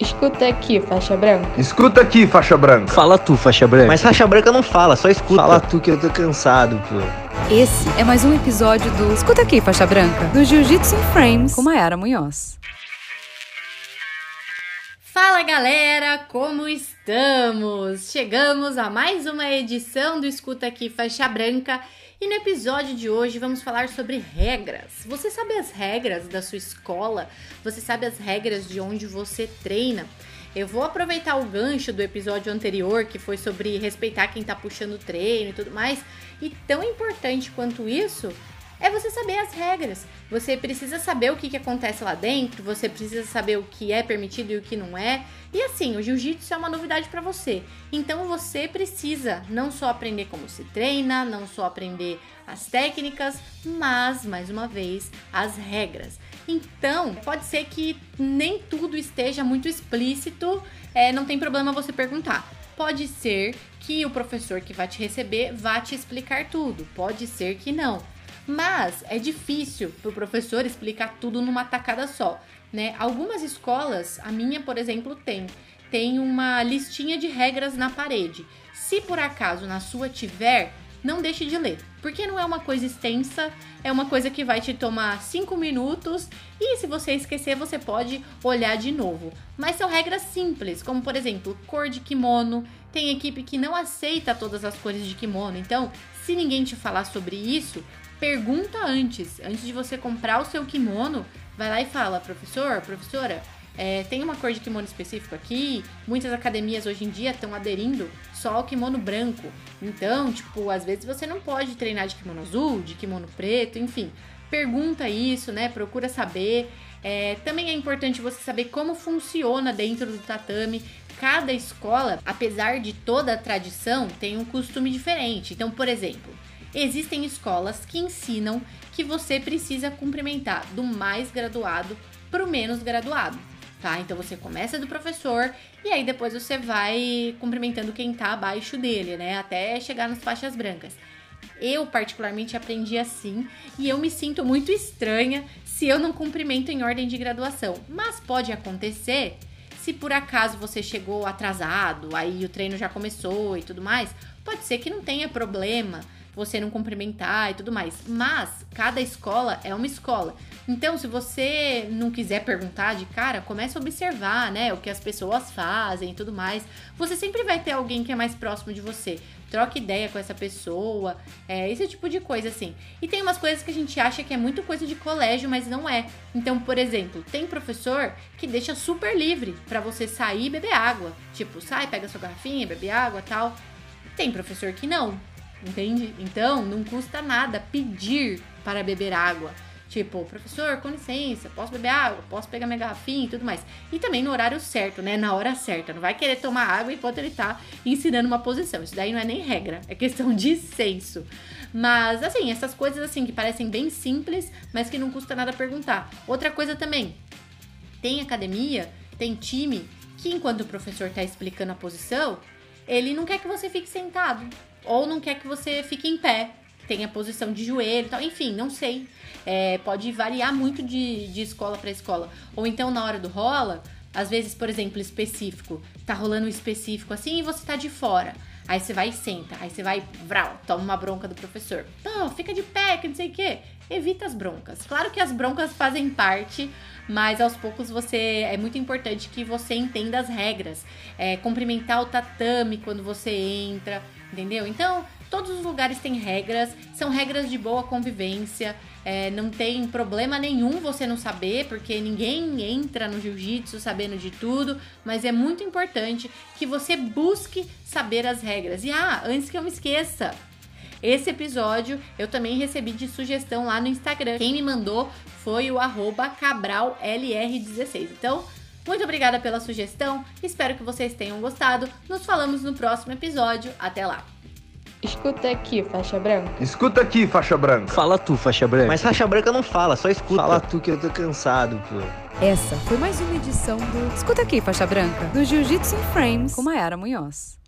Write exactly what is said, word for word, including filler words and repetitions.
Escuta aqui, faixa branca. Escuta aqui, faixa branca. Fala tu, faixa branca. Mas faixa branca não fala, só escuta. Fala tu que eu tô cansado, pô. Esse é mais um episódio do Escuta Aqui, Faixa Branca, do Jiu-Jitsu in Frames, com Mayara Munhoz. Fala galera, como estamos? Chegamos a mais uma edição do Escuta Aqui Faixa Branca e no episódio de hoje vamos falar sobre regras. Você sabe as regras da sua escola? Você sabe as regras de onde você treina? Eu vou aproveitar o gancho do episódio anterior, que foi sobre respeitar quem tá puxando o treino e tudo mais, e tão importante quanto isso é você saber as regras. Você precisa saber o que, que acontece lá dentro, você precisa saber o que é permitido e o que não é. E assim, o jiu-jitsu é uma novidade para você. Então você precisa não só aprender como se treina, não só aprender as técnicas, mas, mais uma vez, as regras. Então, pode ser que nem tudo esteja muito explícito, é, não tem problema você perguntar. Pode ser que o professor que vai te receber vá te explicar tudo, pode ser que não. Mas é difícil para o professor explicar tudo numa tacada só, né? Algumas escolas, a minha, por exemplo, tem, tem uma listinha de regras na parede. Se por acaso na sua tiver, não deixe de ler, porque não é uma coisa extensa, é uma coisa que vai te tomar cinco minutos e se você esquecer, você pode olhar de novo. Mas são regras simples, como por exemplo, cor de kimono. Tem equipe que não aceita todas as cores de kimono, então se ninguém te falar sobre isso, pergunta antes, antes de você comprar o seu kimono, vai lá e fala, professor, professora, é, tem uma cor de kimono específico aqui? Muitas academias hoje em dia estão aderindo só ao kimono branco, então, tipo, às vezes você não pode treinar de kimono azul, de kimono preto, enfim, pergunta isso, né, procura saber. É, também é importante você saber como funciona dentro do tatame. Cada escola, apesar de toda a tradição, tem um costume diferente, então, por exemplo, existem escolas que ensinam que você precisa cumprimentar do mais graduado para o menos graduado, tá? Então você começa do professor e aí depois você vai cumprimentando quem tá abaixo dele, né? Até chegar nas faixas brancas. Eu particularmente aprendi assim e eu me sinto muito estranha se eu não cumprimento em ordem de graduação. Mas pode acontecer se por acaso você chegou atrasado, aí o treino já começou e tudo mais, pode ser que não tenha problema você não cumprimentar e tudo mais, mas cada escola é uma escola, então se você não quiser perguntar de cara, comece a observar, né, o que as pessoas fazem e tudo mais, você sempre vai ter alguém que é mais próximo de você, troca ideia com essa pessoa, é, esse tipo de coisa assim, e tem umas coisas que a gente acha que é muito coisa de colégio, mas não é, então, por exemplo, tem professor que deixa super livre pra você sair e beber água, tipo, sai, pega sua garrafinha, bebe água e tal, tem professor que não, entende? Então, não custa nada pedir para beber água. Tipo, professor, com licença, posso beber água? Posso pegar minha garrafinha e tudo mais. E também no horário certo, né? Na hora certa. Não vai querer tomar água enquanto ele tá ensinando uma posição. Isso daí não é nem regra, é questão de senso. Mas, assim, essas coisas assim que parecem bem simples, mas que não custa nada perguntar. Outra coisa também, tem academia, tem time, que enquanto o professor tá explicando a posição, ele não quer que você fique sentado. Ou não quer que você fique em pé, tenha posição de joelho e tal, enfim, não sei. É, pode variar muito de, de escola para escola. Ou então na hora do rola, às vezes, por exemplo, específico, tá rolando um específico assim e você tá de fora. Aí você vai e senta, aí você vai, vrau, toma uma bronca do professor. Não, fica de pé, que não sei o quê. Evita as broncas. Claro que as broncas fazem parte, mas aos poucos você é muito importante que você entenda as regras. É, cumprimentar o tatame quando você entra, entendeu? Então, todos os lugares têm regras, são regras de boa convivência, é, não tem problema nenhum você não saber, porque ninguém entra no jiu-jitsu sabendo de tudo, mas é muito importante que você busque saber as regras. E ah, antes que eu me esqueça, esse episódio eu também recebi de sugestão lá no Instagram. Quem me mandou foi o arroba cabral L R dezesseis. Então, muito obrigada pela sugestão, espero que vocês tenham gostado. Nos falamos no próximo episódio. Até lá! Escuta aqui, faixa branca. Escuta aqui, faixa branca. Fala tu, faixa branca. Mas faixa branca não fala, só escuta. Fala tu que eu tô cansado, pô. Essa foi mais uma edição do Escuta Aqui, Faixa Branca, do Jiu-Jitsu in Frames, com Mayara Munhoz.